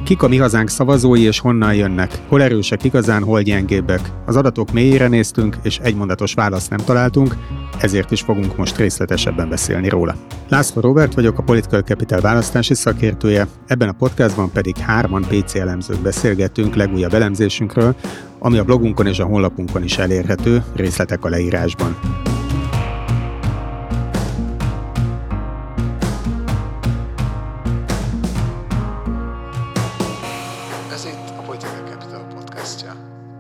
Kik a Mi Hazánk szavazói és honnan jönnek? Hol erősek igazán, hol gyengébbek? Az adatok mélyére néztünk, és egymondatos választ nem találtunk, ezért is fogunk most részletesebben beszélni róla. László Róbert vagyok, a Political Capital választási szakértője, ebben a podcastban pedig 3 PC elemzők beszélgetünk legújabb elemzésünkről, ami a blogunkon és a honlapunkon is elérhető, részletek a leírásban. Ez itt a Political Capital podcastja.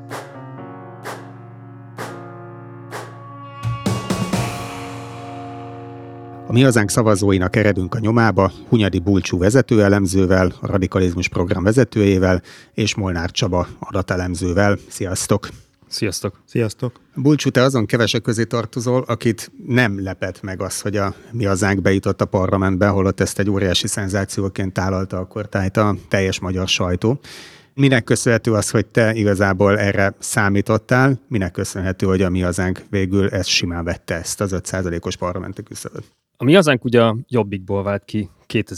A Mi Hazánk szavazóinak eredünk a nyomába Hunyadi Bulcsú vezetőelemzővel, a Radikalizmus program vezetőjével, és Molnár Csaba adatelemzővel. Sziasztok! Sziasztok! Sziasztok! Bulcsú, te azon kevesek közé tartozol, akit nem lepett meg az, hogy a Mi Hazánk bejutott a parlamentbe, holott ezt egy óriási szenzációként tálalta akkor tájt a teljes magyar sajtó. Minek köszönhető az, hogy te igazából erre számítottál? Minek köszönhető, hogy a Mi Hazánk végül ezt simán vette, ezt az 5%-os parlamenti küszöböt? A Mi Hazánk ugye a Jobbikból vált ki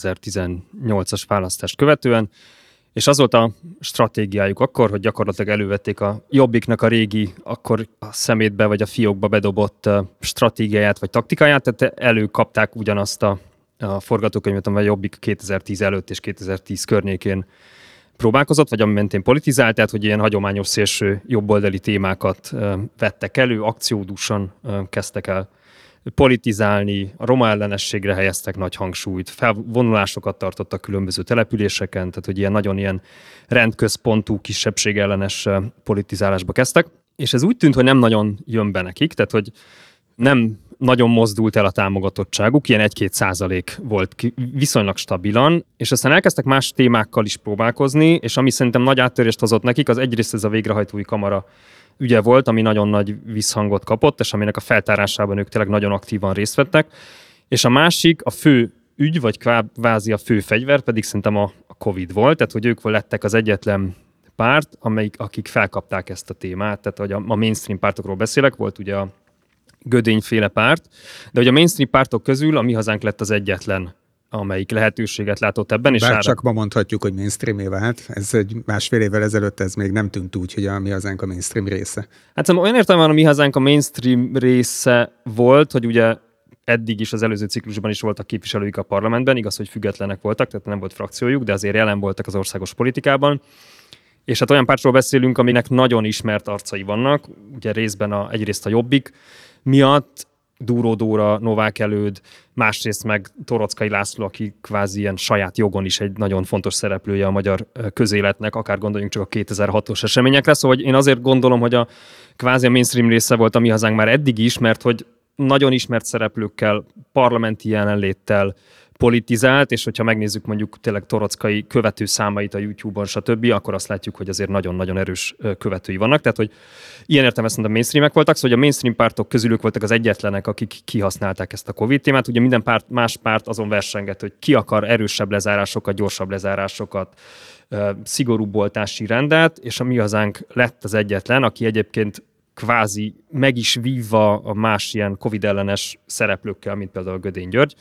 2018-as választást követően, és az volt a stratégiájuk akkor, hogy gyakorlatilag elővették a Jobbiknak a régi, akkor a szemétbe vagy a fiókba bedobott stratégiáját vagy taktikáját, tehát előkapták ugyanazt a forgatókönyvet, amely a Jobbik 2010 előtt és 2010 környékén próbálkozott, vagy ami mentén politizált, tehát hogy ilyen hagyományos szélső jobboldali témákat vettek elő, akciódúsan kezdtek el politizálni, a roma ellenességre helyeztek nagy hangsúlyt, felvonulásokat tartottak különböző településeken, tehát hogy nagyon ilyen rendközpontú, kisebbségellenes politizálásba kezdtek, és ez úgy tűnt, hogy nem nagyon jön be nekik, tehát hogy nem nagyon mozdult el a támogatottságuk, ilyen 1-2% volt viszonylag stabilan, és aztán elkezdtek más témákkal is próbálkozni, és ami szerintem nagy áttörést hozott nekik, az egyrészt ez a végrehajtói kamara ügye volt, ami nagyon nagy visszhangot kapott, és aminek a feltárásában ők tényleg nagyon aktívan részt vettek, és a másik, a fő ügy, vagy kvázi a fő fegyver pedig szerintem a Covid volt, tehát hogy ők lettek az egyetlen párt, akik felkapták ezt a témát, tehát hogy a mainstream pártokról beszélek, volt ugye a Gödény-féle párt, de hogy a mainstream pártok közül a Mi Hazánk lett az egyetlen, amelyik lehetőséget látott ebben. Bár csak ma mondhatjuk, hogy mainstreamé vált. Ez egy 1,5 évvel ezelőtt ez még nem tűnt úgy, hogy a Mi Hazánk a mainstream része. Hát szóval olyan értelemben a Mi Hazánk a mainstream része volt, hogy ugye eddig is az előző ciklusban is voltak képviselőik a parlamentben, igaz, hogy függetlenek voltak, tehát nem volt frakciójuk, de azért jelen voltak az országos politikában. És hát olyan pártról beszélünk, aminek nagyon ismert arcai vannak, ugye részben egyrészt a Jobbik miatt, Dúró Dóra, Novák Előd, másrészt meg Torockai László, aki kvázi ilyen saját jogon is egy nagyon fontos szereplője a magyar közéletnek, akár gondoljunk csak a 2006-os eseményekre. Szóval én azért gondolom, hogy a kvázi a mainstream része volt a Mi Hazánk már eddig is, mert hogy nagyon ismert szereplőkkel, parlamenti jelenléttel politizált, és hogyha megnézzük mondjuk tényleg Torockai követő számait a YouTube-on, stb., akkor azt látjuk, hogy azért nagyon-nagyon erős követői vannak. Tehát, hogy ilyen értelemben a mainstreamek voltak, szóval a mainstream pártok közül ők voltak az egyetlenek, akik kihasználták ezt a Covid témát. Ugye minden más párt azon versengett, hogy ki akar erősebb lezárásokat, gyorsabb lezárásokat, szigorúbb oltási rendet, és a Mi Hazánk lett az egyetlen, aki egyébként kvázi meg is vívva a más ilyen Covid ellenes szereplőkkel, mint például Gödény György,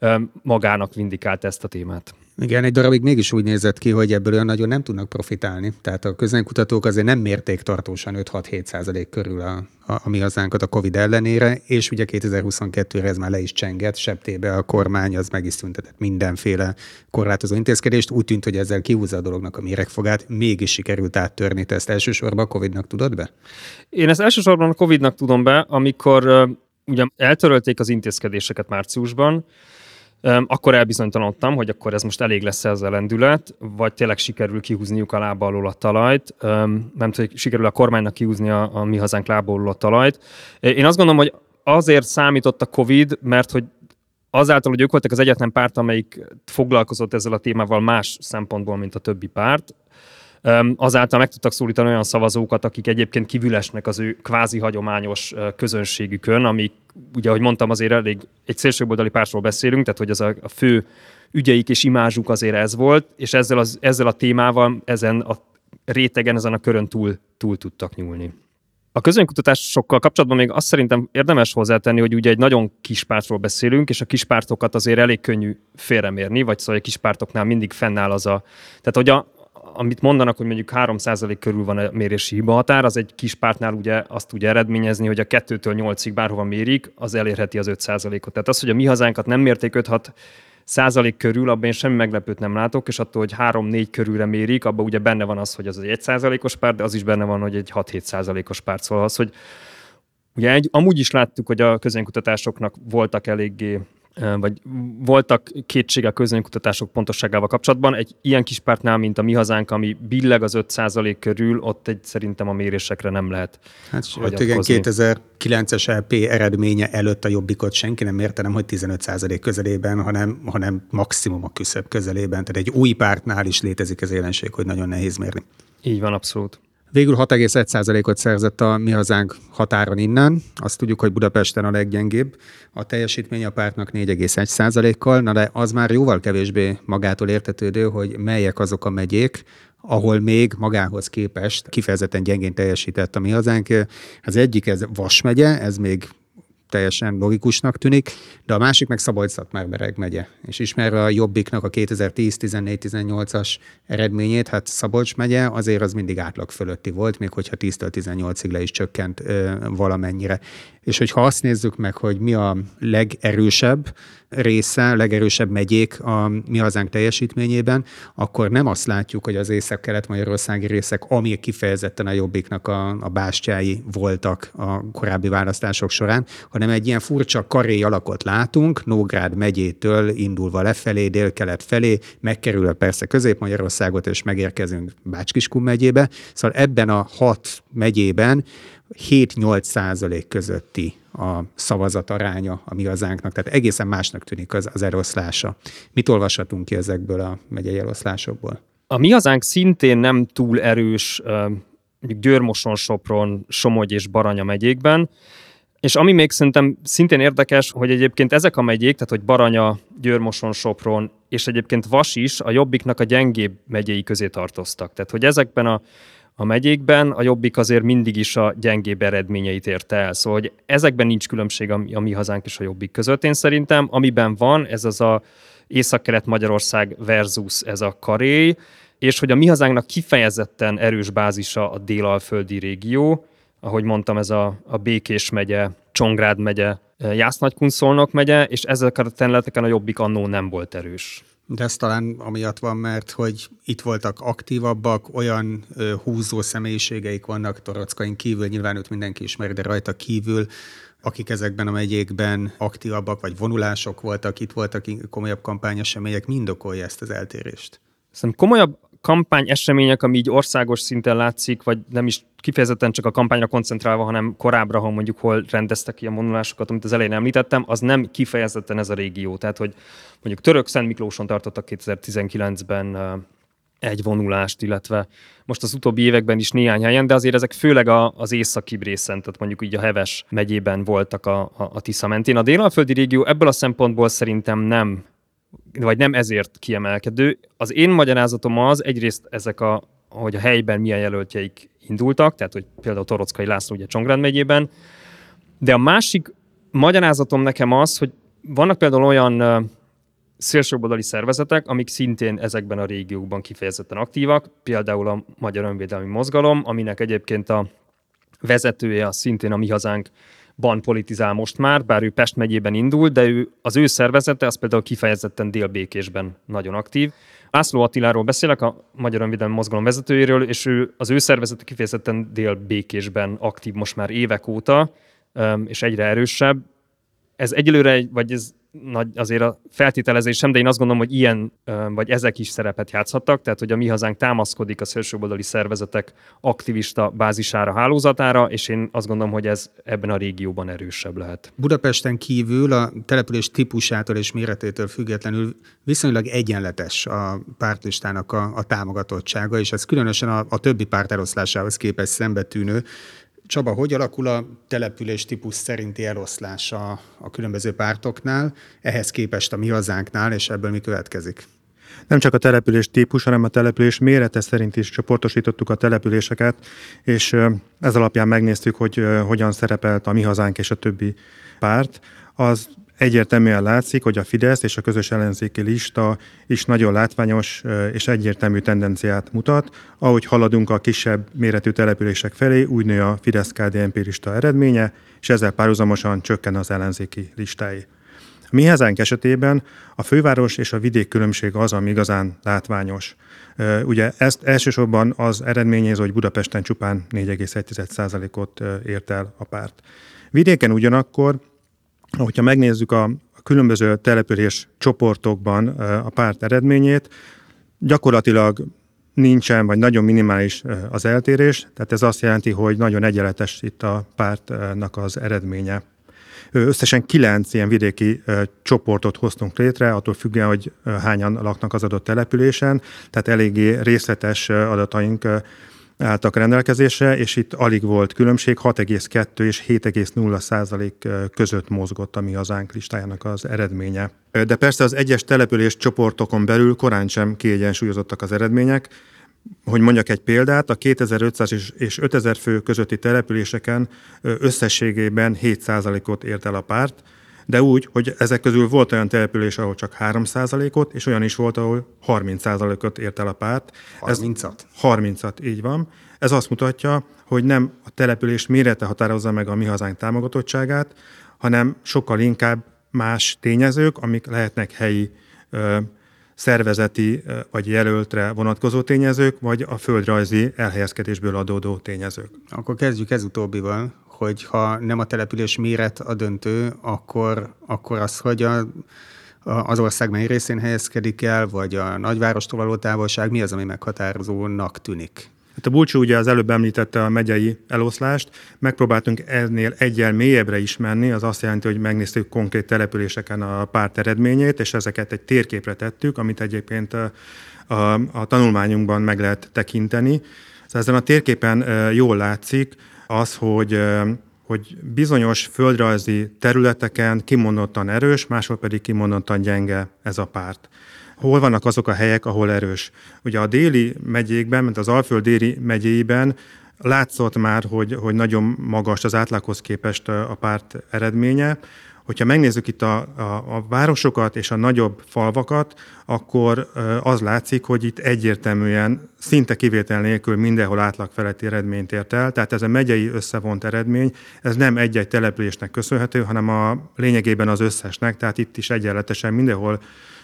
magának vindikálta ezt a témát. Igen, egy darabig mégis úgy nézett ki, hogy ebből olyan nagyon nem tudnak profitálni. Tehát a közvéleménykutatók azért nem mérték tartósan 5-6-7% körül a Mi Hazánkat a Covid ellenére, és ugye 2022-re ez már le is csengett, septébe a kormány, az meg is szüntetett mindenféle korlátozó intézkedést. Úgy tűnt, hogy ezzel kihúzza a dolognak a méregfogát, mégis sikerült áttörni. Te ezt elsősorban a Covidnak tudod be? Én ezt elsősorban a Covidnak tudom be, amikor ugye eltörölték az intézkedéseket márciusban, akkor elbizonytalanodtam, hogy akkor ez most elég lesz ez a lendület, vagy tényleg sikerül kihúzniuk a lába alól a talajt, nem tudom, hogy sikerül a kormánynak kihúzni a Mi Hazánk lába alól a talajt. Én azt gondolom, hogy azért számított a Covid, mert hogy azáltal, hogy ők voltak az egyetlen párt, amelyik foglalkozott ezzel a témával más szempontból, mint a többi párt, azáltal meg tudtak szólítani olyan szavazókat, akik egyébként kívülesnek az ő kvázi hagyományos közönségükön, amik, ugye, ahogy mondtam, azért elég egy szélsőjobboldali pártról beszélünk, tehát hogy az a fő ügyeik és imázsuk azért ez volt, és ezzel a témával, ezen a rétegen, ezen a körön túl tudtak nyúlni. A közönkutatásokkal kapcsolatban még azt szerintem érdemes hozzátenni, hogy ugye egy nagyon kis pártról beszélünk, és a kispártokat azért elég könnyű félremérni, vagy szóval a kispártoknál mindig fennáll az a... Tehát, hogy amit mondanak, hogy mondjuk 3% körül van a mérési hibahatár, az egy kis pártnál ugye azt tudja eredményezni, hogy a 2-től 8-ig bárhova mérik, az elérheti az 5%-ot. Tehát az, hogy a mi hazánkat nem mérték 5-6% körül, abban én semmi meglepőt nem látok, és attól, hogy 3-4 körülre mérik, abban ugye benne van az, hogy az egy 1%-os párt, de az is benne van, hogy egy 6-7%-os párt. Szóval az, hogy ugye amúgy is láttuk, hogy a közönkutatásoknak voltak eléggé, vagy voltak kétségek a közönkutatások pontosságával kapcsolatban. Egy ilyen kis pártnál, mint a mi hazánk, ami billeg az 5% körül, ott szerintem a mérésekre nem lehet hagyatkozni. Igen, 2009-es LP eredménye előtt a Jobbikot senki nem mérte, nem hogy 15% közelében, hanem maximum a küszöb közelében. Tehát egy új pártnál is létezik ez jelenség, hogy nagyon nehéz mérni. Így van, abszolút. Végül 6,1%-ot szerzett a mi hazánk határon innen. Azt tudjuk, hogy Budapesten a leggyengébb. A teljesítmény a pártnak 4,1%-kal, na de az már jóval kevésbé magától értetődő, hogy melyek azok a megyék, ahol még magához képest kifejezetten gyengén teljesített a mi hazánk. Az egyik ez Vas megye, ez még teljesen logikusnak tűnik, de a másik meg Szabolcs-Szatmár-Bereg megye. És ismerve a Jobbiknak a 2010-14-18-as eredményét, hát Szabolcs megye azért az mindig átlag fölötti volt, még hogyha 10-től 18-ig le is csökkent valamennyire. És hogyha azt nézzük meg, hogy mi a legerősebb része, legerősebb megyék a mi hazánk teljesítményében, akkor nem azt látjuk, hogy az észak-kelet-magyarországi részek, ami kifejezetten a Jobbiknak a bástyái voltak a korábbi választások során, hanem egy ilyen furcsa karé alakot látunk, Nógrád megyétől indulva lefelé, délkelet felé, megkerülve persze Közép-Magyarországot, és megérkezünk Bács-Kiskun megyébe. Szóval ebben a 6 megyében 7-8% közötti a szavazat aránya a mi hazánknak, tehát egészen másnak tűnik az eloszlása. Mit olvashatunk ki ezekből a megyei eloszlásokból? A mi hazánk szintén nem túl erős Győr-Moson, Sopron, Somogy és Baranya megyékben, és ami még szerintem szintén érdekes, hogy egyébként ezek a megyék, tehát hogy Baranya, Győr-Moson, Sopron és egyébként Vas is a Jobbiknak a gyengébb megyei közé tartoztak. Tehát hogy ezekben a megyékben a Jobbik azért mindig is a gyengébb eredményeit érte el. Szóval hogy ezekben nincs különbség a mi hazánk és a Jobbik között. Én szerintem, amiben van, ez az a Észak-Kelet-Magyarország versus ez a karély, és hogy a mi hazánknak kifejezetten erős bázisa a délalföldi régió, ahogy mondtam, ez a Békés megye, Csongrád megye, Jász-Nagykun-Szolnok megye, és ezeken a területeken a Jobbik annó nem volt erős. De ez talán amiatt van, mert hogy itt voltak aktívabbak, olyan húzó személyiségeik vannak Torockain kívül, nyilván őt mindenki ismeri, de rajta kívül, akik ezekben a megyékben aktívabbak, vagy vonulások voltak, itt voltak komolyabb kampányesemények, mind okolja ezt az eltérést. Szerintem komolyabb kampányesemények, ami így országos szinten látszik, vagy nem is kifejezetten csak a kampányra koncentrálva, hanem korábbra, ha mondjuk hol rendeztek ki a vonulásokat, amit az elején említettem, az nem kifejezetten ez a régió. Tehát, hogy mondjuk Török-Szentmiklóson tartottak 2019-ben egy vonulást, illetve most az utóbbi években is néhány helyen, de azért ezek főleg az északibb részen, tehát mondjuk így a Heves megyében voltak a Tisza mentén. A délalföldi régió ebből a szempontból szerintem nem, vagy nem ezért kiemelkedő. Az én magyarázatom az, egyrészt ezek hogy a helyben milyen jelöltjeik indultak, tehát hogy például Torockai László ugye Csongrád megyében, de a másik magyarázatom nekem az, hogy vannak például olyan szélsőjobboldali szervezetek, amik szintén ezekben a régiókban kifejezetten aktívak, például a Magyar Önvédelmi Mozgalom, aminek egyébként a vezetője az szintén a mi hazánkban politizál most már, bár ő Pest megyében indul, de az ő szervezete az például kifejezetten Dél-Békésben nagyon aktív. László Attiláról beszélek, a Magyar Önvédelmi Mozgalom vezetőjéről, és az ő szervezete kifejezetten Dél-Békésben aktív most már évek óta, és egyre erősebb. Ez egyelőre, vagy ez azért a feltételezésem, de én azt gondolom, hogy ilyen, vagy ezek is szerepet játszhattak, tehát hogy a mi hazánk támaszkodik a szélsőjobboldali szervezetek aktivista bázisára, hálózatára, és én azt gondolom, hogy ez ebben a régióban erősebb lehet. Budapesten kívül a település típusától és méretétől függetlenül viszonylag egyenletes a pártlistának a támogatottsága, és ez különösen a többi párt eloszlásához képest szembetűnő. Csaba, hogy alakul a település típus szerinti eloszlás a különböző pártoknál, ehhez képest a mi hazánknál, és ebből mi következik? Nem csak a település típus, hanem a település mérete szerint is csoportosítottuk a településeket, és ez alapján megnéztük, hogy hogyan szerepelt a mi hazánk és a többi párt. Az egyértelműen látszik, hogy a Fidesz és a közös ellenzéki lista is nagyon látványos és egyértelmű tendenciát mutat. Ahogy haladunk a kisebb méretű települések felé, úgy nő a Fidesz-KDNP lista eredménye, és ezzel párhuzamosan csökken az ellenzéki listái. A Mi Hazánk esetében a főváros és a vidék különbség az, ami igazán látványos. Ugye ezt elsősorban az eredményez, hogy Budapesten csupán 4,1%-ot ért el a párt. Vidéken ugyanakkor, hogyha megnézzük a különböző település csoportokban a párt eredményét, gyakorlatilag nincsen, vagy nagyon minimális az eltérés, tehát ez azt jelenti, hogy nagyon egyenletes itt a pártnak az eredménye. Összesen 9 ilyen vidéki csoportot hoztunk létre, attól függően, hogy hányan laknak az adott településen, tehát eléggé részletes adataink álltak rendelkezésre, és itt alig volt különbség, 6,2 és 7,0% között mozgott a Mi Hazánk listájának az eredménye. De persze az egyes település csoportokon belül korán sem kiegyensúlyozottak az eredmények. Hogy mondjak egy példát, a 2500 és 5000 fő közötti településeken összességében 7%-ot ért el a párt, de úgy, hogy ezek közül volt olyan település, ahol csak 3%-ot, és olyan is volt, ahol 30%-ot ért el a párt. 30-at? 30-at, így van. Ez azt mutatja, hogy nem a település mérete határozza meg a Mi Hazánk támogatottságát, hanem sokkal inkább más tényezők, amik lehetnek helyi szervezeti vagy jelöltre vonatkozó tényezők, vagy a földrajzi elhelyezkedésből adódó tényezők. Akkor kezdjük ez utóbbival, hogy ha nem a település méret a döntő, akkor az, hogy az ország mely részén helyezkedik el, vagy a nagyvárostól való távolság, mi az, ami meghatározónak tűnik? Hát a Bulcsú ugye az előbb említette a megyei eloszlást, megpróbáltunk ennél egyel mélyebbre is menni, az azt jelenti, hogy megnéztük konkrét településeken a párt eredményét, és ezeket egy térképre tettük, amit egyébként a tanulmányunkban meg lehet tekinteni. Szóval ezen a térképen jól látszik az, hogy bizonyos földrajzi területeken kimondottan erős, máshol pedig kimondottan gyenge ez a párt. Hol vannak azok a helyek, ahol erős? Ugye a déli megyékben, mint az Alföld déli megyéiben látszott már, hogy nagyon magas az átlaghoz képest a párt eredménye. Hogyha megnézzük itt a városokat és a nagyobb falvakat, akkor az látszik, hogy itt egyértelműen, szinte kivétel nélkül mindenhol átlag feletti eredményt ért el. Tehát ez a megyei összevont eredmény, ez nem egy-egy településnek köszönhető, hanem a lényegében az összesnek, tehát itt is egyenletesen mindenhol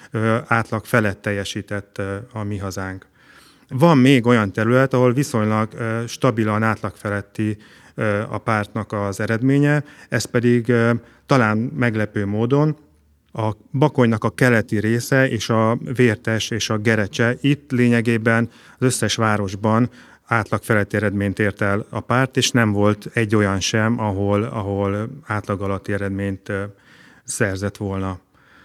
átlag felett teljesített a Mi Hazánk. Van még olyan terület, ahol viszonylag stabilan átlag feletti a pártnak az eredménye, ez pedig talán meglepő módon a Bakonynak a keleti része és a Vértes és a Gerecse, itt lényegében az összes városban átlag feletti eredményt ért el a párt, és nem volt egy olyan sem, ahol átlag alatti eredményt szerzett volna.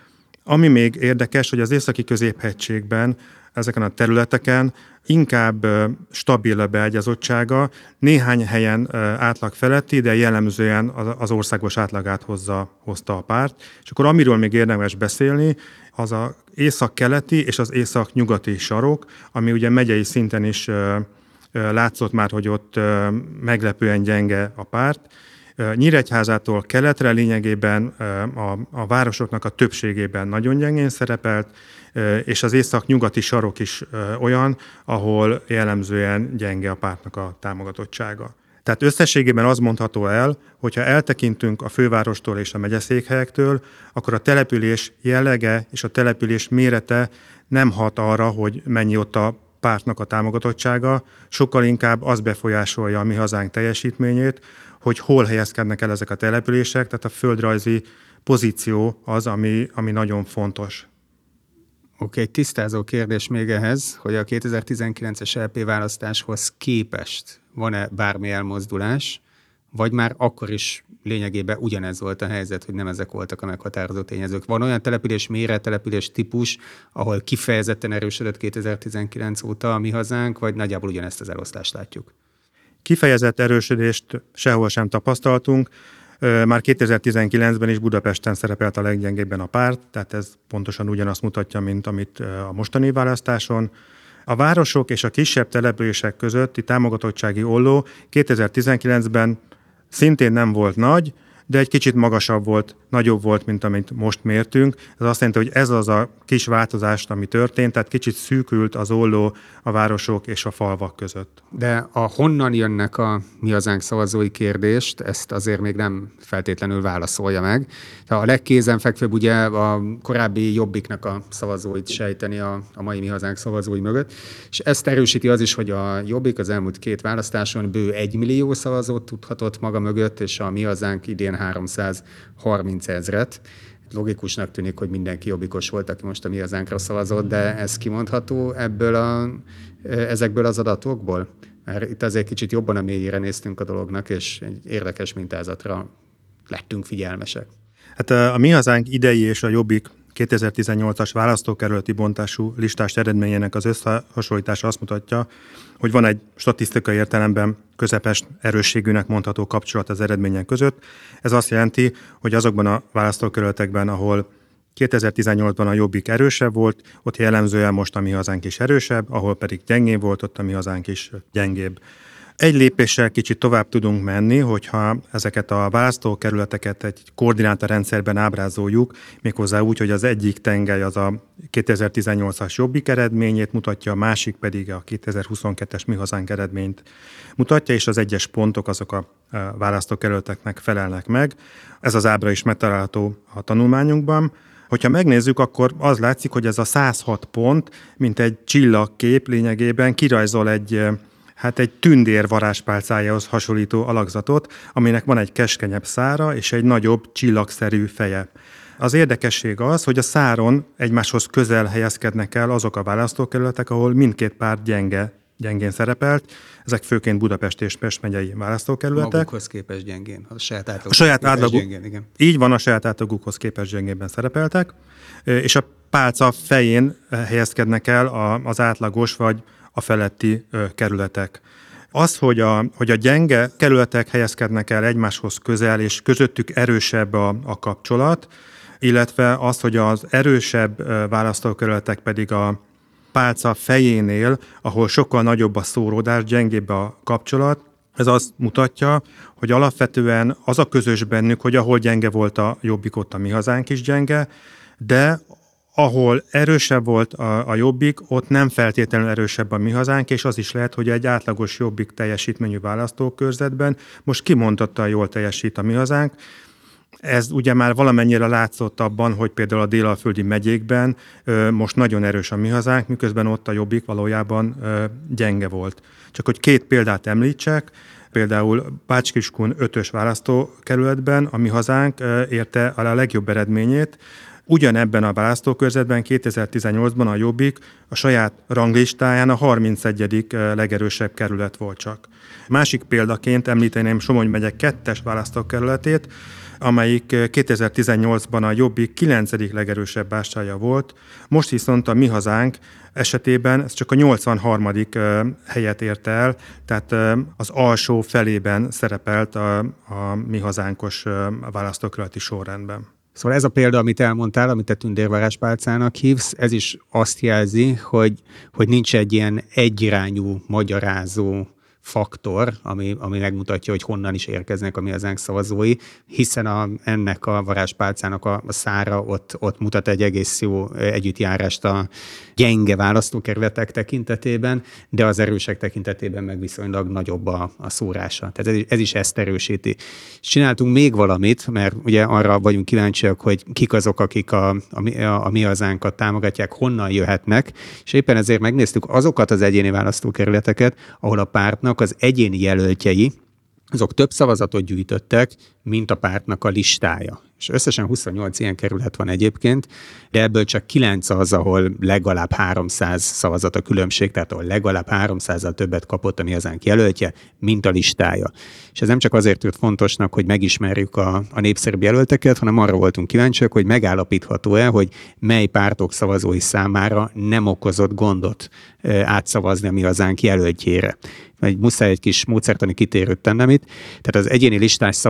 Ami még érdekes, hogy az északi középhegységben, ezeken a területeken inkább stabil a beágyazottsága, néhány helyen átlag feletti, de jellemzően az országos átlagát hozta a párt. És akkor amiről még érdemes beszélni, az az észak-keleti és az észak-nyugati sarok, ami ugye megyei szinten is látszott már, hogy ott meglepően gyenge a párt. Nyíregyházától keletre lényegében a városoknak a többségében nagyon gyengén szerepelt, és az észak-nyugati sarok is olyan, ahol jellemzően gyenge a pártnak a támogatottsága. Tehát összességében az mondható el, hogyha eltekintünk a fővárostól és a megyeszékhelyektől, akkor a település jellege és a település mérete nem hat arra, hogy mennyi ott a pártnak a támogatottsága, sokkal inkább az befolyásolja a Mi Hazánk teljesítményét, hogy hol helyezkednek el ezek a települések, tehát a földrajzi pozíció az, ami nagyon fontos. Oké, egy tisztázó kérdés még ehhez, hogy a 2019-es LP választáshoz képest van-e bármi elmozdulás, vagy már akkor is lényegében ugyanez volt a helyzet, hogy nem ezek voltak a meghatározó tényezők. Van olyan település méret, település típus, ahol kifejezetten erősödött 2019 óta a Mi Hazánk, vagy nagyjából ugyanezt az elosztást látjuk? Kifejezett erősödést sehol sem tapasztaltunk. Már 2019-ben is Budapesten szerepelt a leggyengébben a párt, tehát ez pontosan ugyanazt mutatja, mint amit a mostani választáson. A városok és a kisebb települések közötti támogatottsági olló 2019-ben szintén nem volt nagy, de egy kicsit magasabb volt nagyobb volt, mint amit most mértünk. Ez azt jelenti, hogy ez az a kis változás, ami történt, tehát kicsit szűkült az olló a városok és a falvak között. De a honnan jönnek a Mi Hazánk szavazói kérdést, ezt azért még nem feltétlenül válaszolja meg. A legkézenfekvőbb ugye a korábbi Jobbiknak a szavazóit sejteni a mai Mi Hazánk szavazói mögött, és ezt erősíti az is, hogy a Jobbik az elmúlt 2 választáson bő 1 millió szavazót tudhatott maga mögött, és a Mi Hazánk idén 330 000. Logikusnak tűnik, hogy mindenki jobbikos volt, aki most a Mi Hazánkra szavazott, de ez kimondható ezekből az adatokból? Mert itt azért kicsit jobban a mélyére néztünk a dolognak, és egy érdekes mintázatra lettünk figyelmesek. Hát a Mi Hazánk idei és a Jobbik 2018-as választókerületi bontású listás eredményének az összehasonlítása azt mutatja, hogy van egy statisztikai értelemben közepes erősségűnek mondható kapcsolat az eredmények között. Ez azt jelenti, hogy azokban a választókerületekben, ahol 2018-ban a Jobbik erősebb volt, ott jellemzően most a Mi Hazánk is erősebb, ahol pedig gyengébb volt, ott a Mi Hazánk is gyengébb. Egy lépéssel kicsit tovább tudunk menni, hogyha ezeket a választókerületeket egy koordinátorrendszerben ábrázoljuk, méghozzá úgy, hogy az egyik tengely az a 2018-as Jobbik eredményét mutatja, a másik pedig a 2022-es Mi Hazánk eredményt mutatja, és az egyes pontok azok a választókerületeknek felelnek meg. Ez az ábra is megtalálható a tanulmányunkban. Hogyha megnézzük, akkor az látszik, hogy ez a 106 pont, mint egy csillagkép lényegében kirajzol egy tündér varázspálcájához hasonlító alakzatot, aminek van egy keskenyebb szára és egy nagyobb csillagszerű feje. Az érdekesség az, hogy a száron egymáshoz közel helyezkednek el azok a választókerületek, ahol mindkét párt gyengén szerepelt. Ezek főként Budapest és Pest megyei választókerületek. Magukhoz képest gyengén. A saját átlaguk, igen. Így van, a saját átlagukhoz képest gyengében szerepeltek. És a pálca fején helyezkednek el az átlagos vagy a feletti kerületek. Az, hogy a gyenge kerületek helyezkednek el egymáshoz közel, és közöttük erősebb a kapcsolat, illetve az, hogy az erősebb választókerületek pedig a pálca fejénél, ahol sokkal nagyobb a szóródás, gyengébb a kapcsolat, ez azt mutatja, hogy alapvetően az a közös bennük, hogy ahol gyenge volt a Jobbik, ott a Mi Hazánk is gyenge, de ahol erősebb volt a Jobbik, ott nem feltétlenül erősebb a Mi Hazánk, és az is lehet, hogy egy átlagos Jobbik teljesítményű választókörzetben most kimondottan jól teljesít a Mi Hazánk. Ez ugye már valamennyire látszott abban, hogy például a dél-alföldi megyékben most nagyon erős a Mi Hazánk, miközben ott a Jobbik valójában gyenge volt. Csak hogy 2 példát említsek, például Bács-Kiskun 5-ös választókerületben a Mi Hazánk érte a legjobb eredményét. Ugyanebben a választókörzetben 2018-ban a Jobbik a saját ranglistáján a 31. legerősebb kerület volt csak. Másik példaként említeném Somogy megye 2-es választókerületét, amelyik 2018-ban a Jobbik 9. legerősebb bástyája volt, most viszont a Mi Hazánk esetében ez csak a 83. helyet érte el, tehát az alsó felében szerepelt a Mi Hazánkos választókerületi sorrendben. Szóval ez a példa, amit elmondtál, amit te tündérvarázspálcának hívsz, ez is azt jelzi, hogy nincs egy ilyen egyirányú magyarázó faktor, ami megmutatja, hogy honnan is érkeznek a Mi Hazánk szavazói, hiszen ennek a varázspálcának a szára ott mutat egy egész jó együttjárást a gyenge választókerületek tekintetében, de az erősek tekintetében meg viszonylag nagyobb a szórása. Tehát ez is ezt erősíti. Csináltunk még valamit, mert ugye arra vagyunk kíváncsiak, hogy kik azok, akik a Mi Hazánkat támogatják, honnan jöhetnek, és éppen ezért megnéztük azokat az egyéni választókerületeket, ahol a pártnak az egyéni jelöltjei, azok több szavazatot gyűjtöttek, mint a pártnak a listája. És összesen 28 ilyen kerület van egyébként, de ebből csak 9 az, ahol legalább 300 szavazat a különbség, tehát ahol legalább 300-al többet kapott a Mi Hazánk jelöltje, mint a listája. És ez nem csak azért tűnt fontosnak, hogy megismerjük a népszerűbb jelölteket, hanem arra voltunk kíváncsiak, hogy megállapítható-e, hogy mely pártok szavazói számára nem okozott gondot átszavazni a Mi Hazánk jelöltjére. Muszáj egy kis módszertani kitérőt tennem itt. Tehát az egyéni listás szavazatok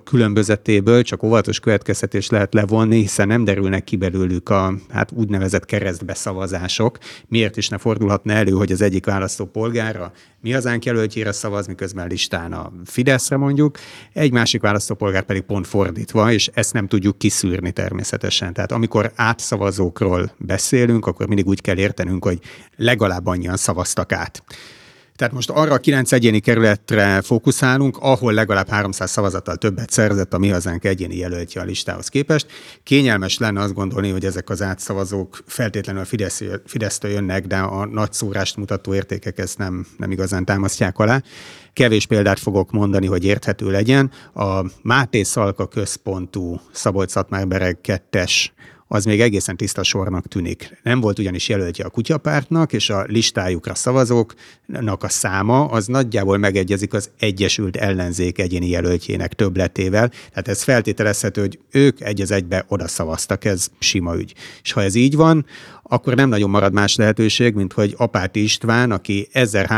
különbözetéből csak óvatos következtetés lehet levonni, hiszen nem derülnek ki belőlük a úgynevezett keresztbeszavazások. Miért is ne fordulhatna elő, hogy az egyik választópolgár a Mi Hazánk jelöltjére szavaz, miközben listán a Fideszre mondjuk, egy másik választópolgár pedig pont fordítva, és ezt nem tudjuk kiszűrni természetesen. Tehát amikor átszavazókról beszélünk, akkor mindig úgy kell értenünk, hogy legalább annyian szavaztak át. Tehát most arra a 9 egyéni kerületre fókuszálunk, ahol legalább 300 szavazattal többet szerzett a Mi Hazánk egyéni jelöltje a listához képest. Kényelmes lenne azt gondolni, hogy ezek az átszavazók feltétlenül a Fidesztől jönnek, de a nagy szórást mutató értékek ezt nem igazán támasztják alá. Kevés példát fogok mondani, hogy érthető legyen. A Máté Szalka központú Szabolcs-Szatmár-Bereg 2-es az még egészen tiszta sornak tűnik. Nem volt ugyanis jelöltje a Kutyapártnak, és a listájukra szavazóknak a száma az nagyjából megegyezik az Egyesült Ellenzék egyéni jelöltjének többletével. Tehát ez feltételezhető, hogy ők egy az egybe oda szavaztak, ez sima ügy. És ha ez így van, akkor nem nagyon marad más lehetőség, mint hogy Apáti István, aki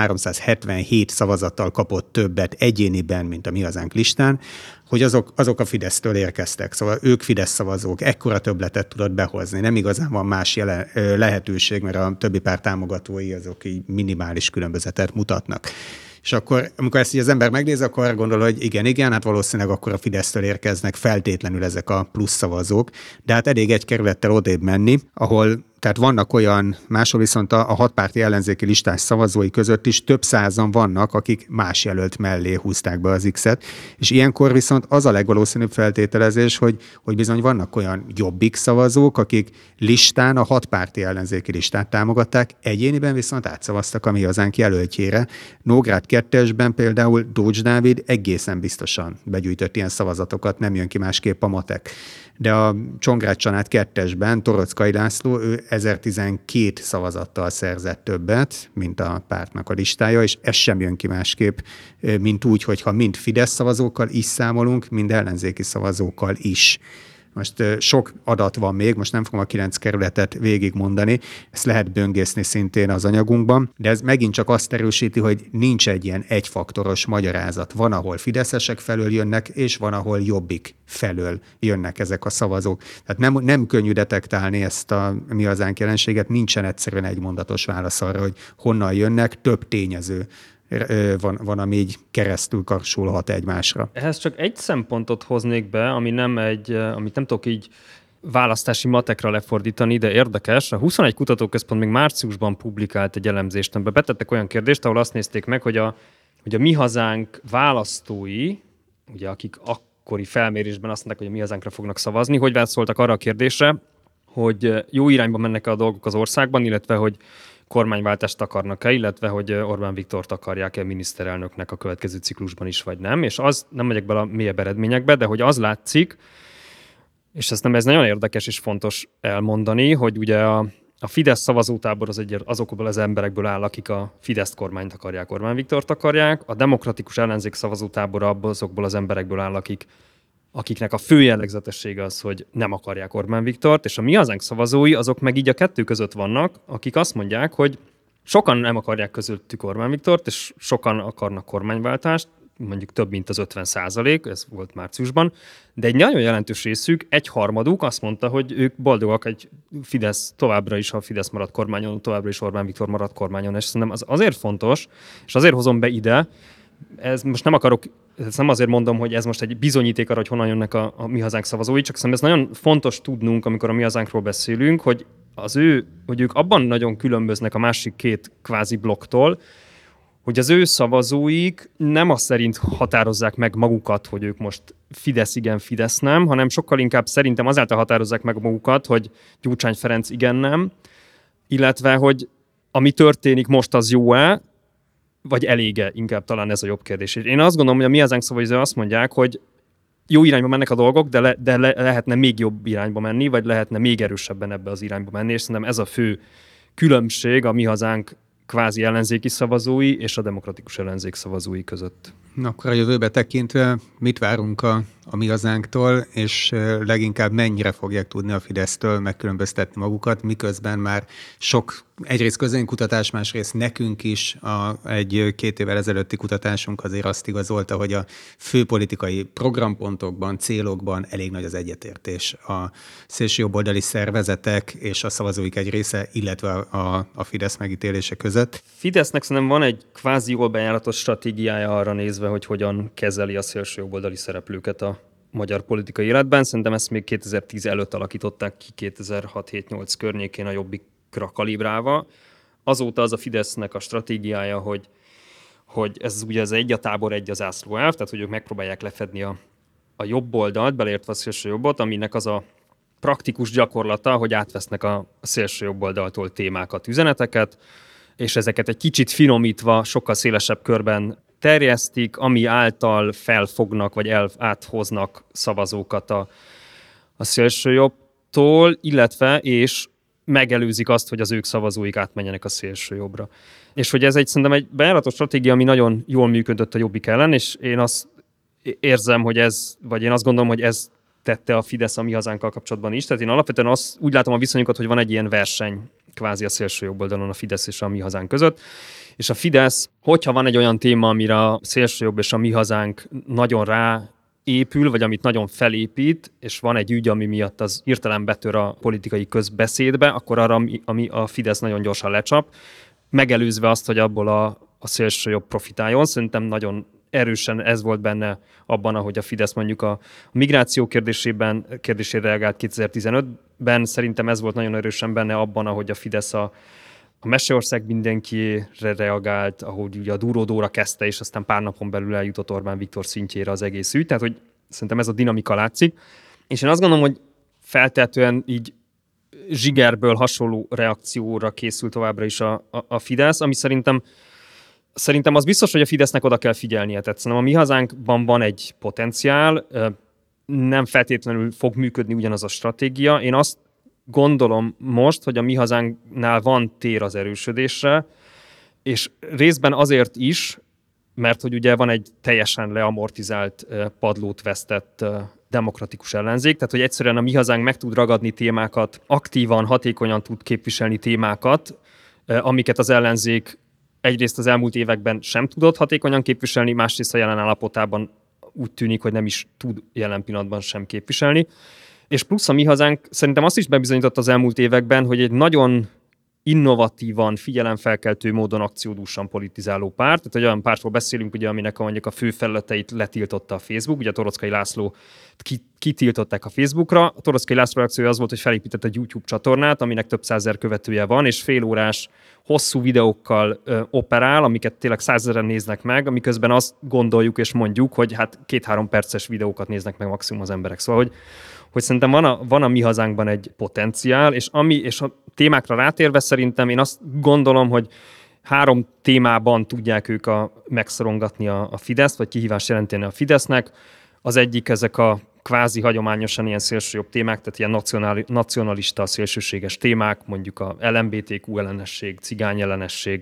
1377 szavazattal kapott többet egyéniben, mint a Mi Hazánk listán, hogy azok a Fidesztől érkeztek. Szóval ők Fidesz szavazók, ekkora többletet tudott behozni. Nem igazán van más lehetőség, mert a többi párt támogatói azok így minimális különbözetet mutatnak. És akkor, amikor ezt így az ember megnézi, akkor gondol, hogy igen, hát valószínűleg akkor a Fidesztől érkeznek feltétlenül ezek a plusz szavazók, de hát elég egy kerülettel odébb menni, ahol tehát vannak olyan, máshol viszont a hatpárti ellenzéki listás szavazói között is több százan vannak, akik más jelölt mellé húzták be az X-et, és ilyenkor viszont az a legvalószínűbb feltételezés, hogy bizony vannak olyan Jobbik szavazók, akik listán a hatpárti ellenzéki listát támogatták, egyéniben viszont átszavaztak a Mi Hazánk jelöltjére. Nógrád 2-esben például Dócs Dávid egészen biztosan begyűjtött ilyen szavazatokat, nem jön ki másképp a matek. De a Csongrád Csanád 2-esben Torockai László, ő 1012 szavazattal szerzett többet, mint a pártnak a listája, és ez sem jön ki másképp, mint úgy, hogyha mind Fidesz szavazókkal is számolunk, mind ellenzéki szavazókkal is. Most sok adat van még, most nem fogom a 9 kerületet végigmondani, ezt lehet böngészni szintén az anyagunkban, de ez megint csak azt erősíti, hogy nincs egy ilyen egyfaktoros magyarázat. Van, ahol fideszesek felől jönnek, és van, ahol Jobbik felől jönnek ezek a szavazók. Tehát nem könnyű detektálni ezt a Mi Hazánk jelenséget, nincsen egyszerűen egy mondatos válasz arra, hogy honnan jönnek, több tényező van, ami így keresztül kapcsolhat egymásra. Ehhez csak egy szempontot hoznék be, amit nem tudok így választási matekra lefordítani, de érdekes. A 21 Kutatóközpont még márciusban publikált egy elemzést, amiben betettek olyan kérdést, ahol azt nézték meg, hogy a Mi Hazánk választói, ugye akik akkori felmérésben azt mondták, hogy a Mi Hazánkra fognak szavazni, hogy válaszoltak arra a kérdésre, hogy jó irányba mennek-e a dolgok az országban, illetve hogy kormányváltást akarnak-e, illetve hogy Orbán Viktort akarják-e miniszterelnöknek a következő ciklusban is, vagy nem. És az, nem megyek bele a mélyebb eredményekbe, de hogy az látszik, és ez nagyon érdekes és fontos elmondani, hogy ugye a Fidesz szavazótábor azokból az emberekből áll, akik a Fidesz kormányt akarják, Orbán Viktort akarják, a demokratikus ellenzék szavazótábora azokból az emberekből áll, akiknek a fő jellegzetessége az, hogy nem akarják Orbán Viktort, és a Mi Hazánk szavazói azok meg így a kettő között vannak, akik azt mondják, hogy sokan nem akarják közöttük Orbán Viktort, és sokan akarnak kormányváltást, mondjuk több mint az 50%, ez volt márciusban, de egy nagyon jelentős részük, 1/3 azt mondta, hogy ők boldogak egy Fidesz továbbra is, ha a Fidesz marad kormányon, továbbra is Orbán Viktor marad kormányon, és szerintem az azért fontos, és azért hozom be ide, ez most nem azért mondom, hogy ez most egy bizonyíték arra, hogy honnan jönnek a Mi Hazánk szavazói, csak szerintem ez nagyon fontos tudnunk, amikor a Mi Hazánkról beszélünk, hogy hogy ők abban nagyon különböznek a másik két kvázi blokktól, hogy az ő szavazóik nem azt szerint határozzák meg magukat, hogy ők most Fidesz igen, Fidesz nem, hanem sokkal inkább szerintem azáltal határozzák meg magukat, hogy Gyurcsány Ferenc igen nem, illetve, hogy ami történik most az jó-e, vagy elége, inkább talán ez a jobb kérdés. Én azt gondolom, hogy a Mi Hazánk szavazói azt mondják, hogy jó irányba mennek a dolgok, de lehetne még jobb irányba menni, vagy lehetne még erősebben ebbe az irányba menni, és szerintem ez a fő különbség a Mi Hazánk kvázi ellenzéki szavazói és a demokratikus ellenzék szavazói között. Akkor a jövőbe tekintve mit várunk a Mi Hazánktól, és leginkább mennyire fogják tudni a Fidesztől megkülönböztetni magukat, miközben már sok egyrészt közönkutatás, másrészt nekünk is egy 2 évvel ezelőtti kutatásunk azért azt igazolta, hogy a főpolitikai programpontokban, célokban elég nagy az egyetértés a szélsőjobboldali szervezetek és a szavazóik egy része, illetve a Fidesz megítélése között. Fidesznek szerintem van egy kvázi jól bejáratos stratégiája arra nézve, hogy hogyan kezeli a szélsőjobboldali szereplőket a magyar politikai életben. Szerintem ezt még 2010 előtt alakították ki, 2006-7-8 környékén a Jobbikra kalibrálva. Azóta az a Fidesznek a stratégiája, hogy ez ugye az egy a tábor, egy az ászlóelv, tehát hogy ők megpróbálják lefedni a jobb oldalt, beleértve a szélső jobbot, aminek az a praktikus gyakorlata, hogy átvesznek a szélső jobb oldaltól témákat, üzeneteket, és ezeket egy kicsit finomítva, sokkal szélesebb körben terjesztik, ami által felfognak, vagy áthoznak szavazókat a szélsőjobbtól, illetve és megelőzik azt, hogy az ők szavazóik átmenjenek a szélsőjobbra. És hogy ez szerintem egy bejáratos stratégia, ami nagyon jól működött a Jobbik ellen, és én azt érzem, hogy én azt gondolom, hogy ez tette a Fidesz a Mi Hazánkkal kapcsolatban is. Tehát én alapvetően úgy látom a viszonyukat, hogy van egy ilyen verseny kvázi a szélső jobb oldalon a Fidesz és a Mi Hazánk között. És a Fidesz, hogyha van egy olyan téma, amire a szélső jobb és a Mi Hazánk nagyon ráépül, vagy amit nagyon felépít, és van egy ügy, ami miatt az hirtelen betör a politikai közbeszédbe, akkor arra ami a Fidesz nagyon gyorsan lecsap, megelőzve azt, hogy abból a szélső jobb profitáljon. Szerintem nagyon erősen ez volt benne abban, ahogy a Fidesz mondjuk a migráció kérdésére reagált 2015-ben. Szerintem ez volt nagyon erősen benne abban, ahogy a Fidesz a Meseország mindenkire reagált, ahogy ugye a Duró-Dóra kezdte, és aztán pár napon belül eljutott Orbán Viktor szintjére az egész ügy. Tehát, hogy szerintem ez a dinamika látszik. És én azt gondolom, hogy feltehetően így zsigerből hasonló reakcióra készül továbbra is a Fidesz, ami Szerintem az biztos, hogy a Fidesznek oda kell figyelnie. Tehát szerintem a Mi Hazánkban van egy potenciál, nem feltétlenül fog működni ugyanaz a stratégia. Én azt gondolom most, hogy a Mi Hazánknál van tér az erősödésre, és részben azért is, mert hogy ugye van egy teljesen leamortizált, padlót vesztett demokratikus ellenzék, tehát hogy egyszerűen a Mi Hazánk meg tud ragadni témákat, aktívan, hatékonyan tud képviselni témákat, amiket az ellenzék egyrészt az elmúlt években sem tudott hatékonyan képviselni, másrészt a jelen állapotában úgy tűnik, hogy nem is tud jelen pillanatban sem képviselni. És plusz a Mi Hazánk szerintem azt is bebizonyított az elmúlt években, hogy egy nagyon innovatívan, figyelemfelkeltő módon akciódúsan politizáló párt. Tehát egy olyan pártról beszélünk, ugye, aminek mondjuk a fő felületeit letiltotta a Facebook. Ugye a Toroczkai László kitiltották a Facebookra. A Toroczkai László reakciója az volt, hogy felépített egy YouTube csatornát, aminek több százezer követője van, és félórás hosszú videókkal operál, amiket tényleg 100 000-en néznek meg, amiközben azt gondoljuk és mondjuk, hogy hát 2-3 perces videókat néznek meg maximum az emberek. Szóval, hogy szerintem van a Mi Hazánkban egy potenciál, és a témákra rátérve szerintem én azt gondolom, hogy 3 témában tudják ők megszorongatni a Fideszt, vagy kihívást jelenteni a Fidesznek. Az egyik ezek a kvázi hagyományosan ilyen szélsőjobb témák, tehát ilyen nacionalista, szélsőséges témák, mondjuk a LMBTQ ellenesség, cigány ellenesség.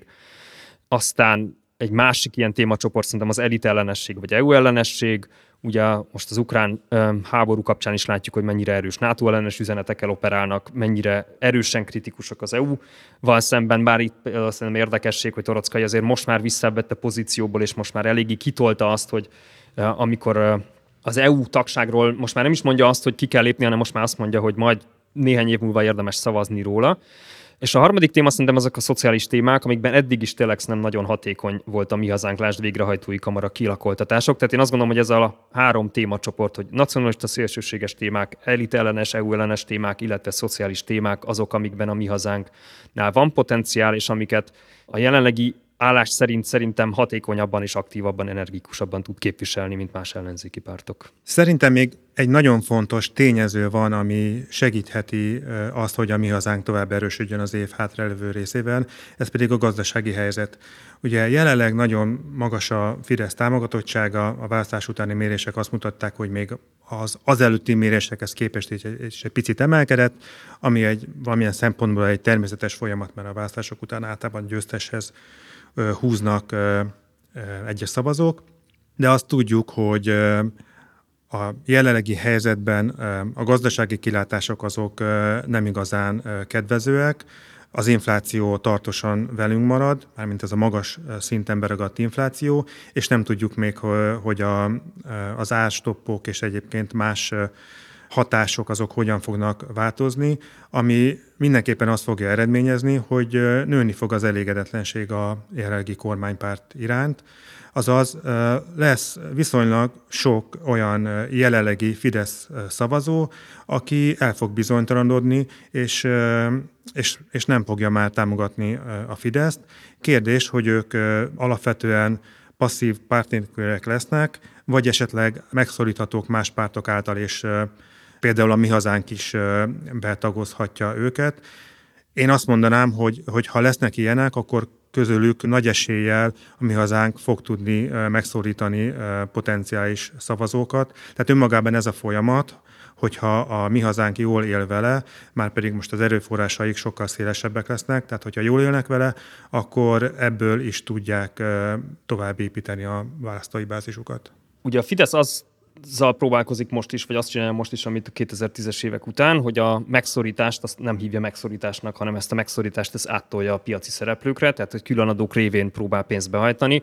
Aztán egy másik ilyen témacsoport szerintem az elit ellenesség, vagy EU ellenesség. Ugye most az ukrán háború kapcsán is látjuk, hogy mennyire erős NATO ellenes üzenetekkel operálnak, mennyire erősen kritikusak az EU-val szemben, bár itt szerintem érdekesség, hogy Toroczkai azért most már visszavette pozícióból, és most már eléggé kitolta azt, hogy amikor az EU tagságról most már nem is mondja azt, hogy ki kell lépni, hanem most már azt mondja, hogy majd néhány év múlva érdemes szavazni róla. És a harmadik téma szerintem azok a szociális témák, amikben eddig is tényleg nem nagyon hatékony volt a Mi Hazánk, lásd végrehajtói kamara kilakoltatások. Tehát én azt gondolom, hogy ez a 3 témacsoport, hogy nacionalista szélsőséges témák, elit ellenes, EU ellenes témák, illetve szociális témák azok, amikben a Mi Hazánknál van potenciál, és amiket a jelenlegi állás szerint szerintem hatékonyabban és aktívabban, energikusabban tud képviselni, mint más ellenzéki pártok. Szerintem még egy nagyon fontos tényező van, ami segítheti azt, hogy a Mi Hazánk tovább erősödjön az év hátralévő részében, ez pedig a gazdasági helyzet. Ugye jelenleg nagyon magas a Fidesz támogatottsága, a választás utáni mérések azt mutatták, hogy még az előtti mérésekhez képest egy picit emelkedett, ami valamilyen szempontból egy természetes folyamat, mert a választások után általában győzteshez húznak egyes szavazók. de azt tudjuk, hogy a jelenlegi helyzetben a gazdasági kilátások azok nem igazán kedvezőek, az infláció tartósan velünk marad, mármint ez a magas szinten beragadt infláció, és nem tudjuk még, hogy az árstoppok és egyébként más hatások azok hogyan fognak változni, ami mindenképpen azt fogja eredményezni, hogy nőni fog az elégedetlenség a jelenlegi kormánypárt iránt. Azaz lesz viszonylag sok olyan jelenlegi Fidesz szavazó, aki el fog bizonytalanodni, és nem fogja már támogatni a Fideszt. Kérdés, hogy ők alapvetően passzív pártnélküliek lesznek, vagy esetleg megszoríthatók más pártok által, és például a Mi Hazánk is betagozhatja őket. Én azt mondanám, hogy ha lesznek ilyenek, akkor közülük nagy eséllyel a Mi Hazánk fog tudni megszorítani potenciális szavazókat. Tehát önmagában ez a folyamat, hogyha a Mi Hazánk jól él vele, már pedig most az erőforrásaik sokkal szélesebbek lesznek, tehát hogyha jól élnek vele, akkor ebből is tudják tovább építeni a választói bázisukat. Ugye a Fidesz azzal próbálkozik most is, vagy azt csinálja most is, amit a 2010-es évek után, hogy a megszorítást azt nem hívja megszorításnak, hanem ezt a megszorítást ezt áttolja a piaci szereplőkre, tehát hogy különadók révén próbál pénzt behajtani,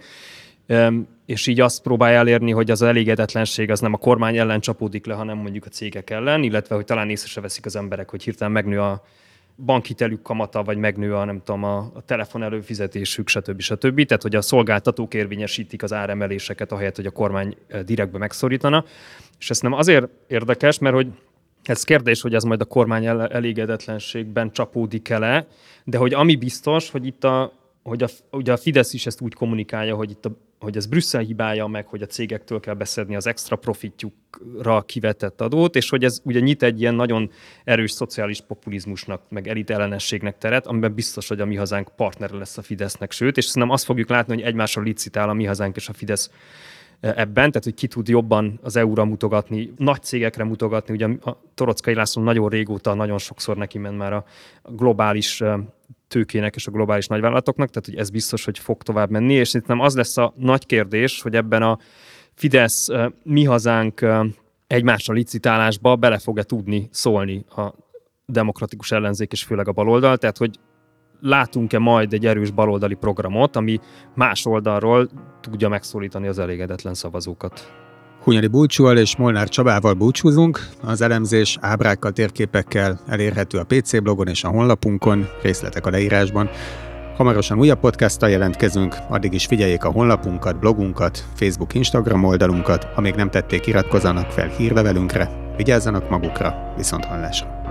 és így azt próbálja elérni, hogy az elégedetlenség az nem a kormány ellen csapódik le, hanem mondjuk a cégek ellen, illetve hogy talán észre se veszik az emberek, hogy hirtelen megnő a bankhitelük kamata, vagy megnő a telefon előfizetésük, stb. Tehát, hogy a szolgáltatók érvényesítik az áremeléseket, ahelyett, hogy a kormány direktbe megszorítana. És ez nem azért érdekes, mert hogy ez kérdés, hogy ez majd a kormány elégedetlenségben csapódik le, de hogy ami biztos, hogy ugye a Fidesz is ezt úgy kommunikálja, hogy ez Brüsszel hibája meg, hogy a cégektől kell beszedni az extra profitjukra kivetett adót, és hogy ez ugye nyit egy ilyen nagyon erős szociális populizmusnak, meg elitellenességnek teret, amiben biztos, hogy a Mi Hazánk partnere lesz a Fidesznek, sőt, és szerintem azt fogjuk látni, hogy egymásra licitál a Mi Hazánk és a Fidesz ebben, tehát hogy ki tud jobban az EU-ra mutogatni, nagy cégekre mutogatni. Ugye a Toroczkai László nagyon régóta, nagyon sokszor neki ment már a globális tőkének és a globális nagyvállalatoknak, tehát hogy ez biztos, hogy fog tovább menni, és szerintem az lesz a nagy kérdés, hogy ebben a Fidesz Mi Hazánk egymásra licitálásba bele fog-e tudni szólni a demokratikus ellenzék és főleg a baloldal, tehát hogy látunk-e majd egy erős baloldali programot, ami más oldalról tudja megszólítani az elégedetlen szavazókat. Hunyadi Bulcsúval és Molnár Csabával búcsúzunk. Az elemzés ábrákkal, térképekkel elérhető a PC blogon és a honlapunkon, részletek a leírásban. Hamarosan újabb podcasttal jelentkezünk, addig is figyeljék a honlapunkat, blogunkat, Facebook, Instagram oldalunkat. Ha még nem tették, iratkozzanak fel hírlevelünkre, vigyázzanak magukra, viszonthallásra.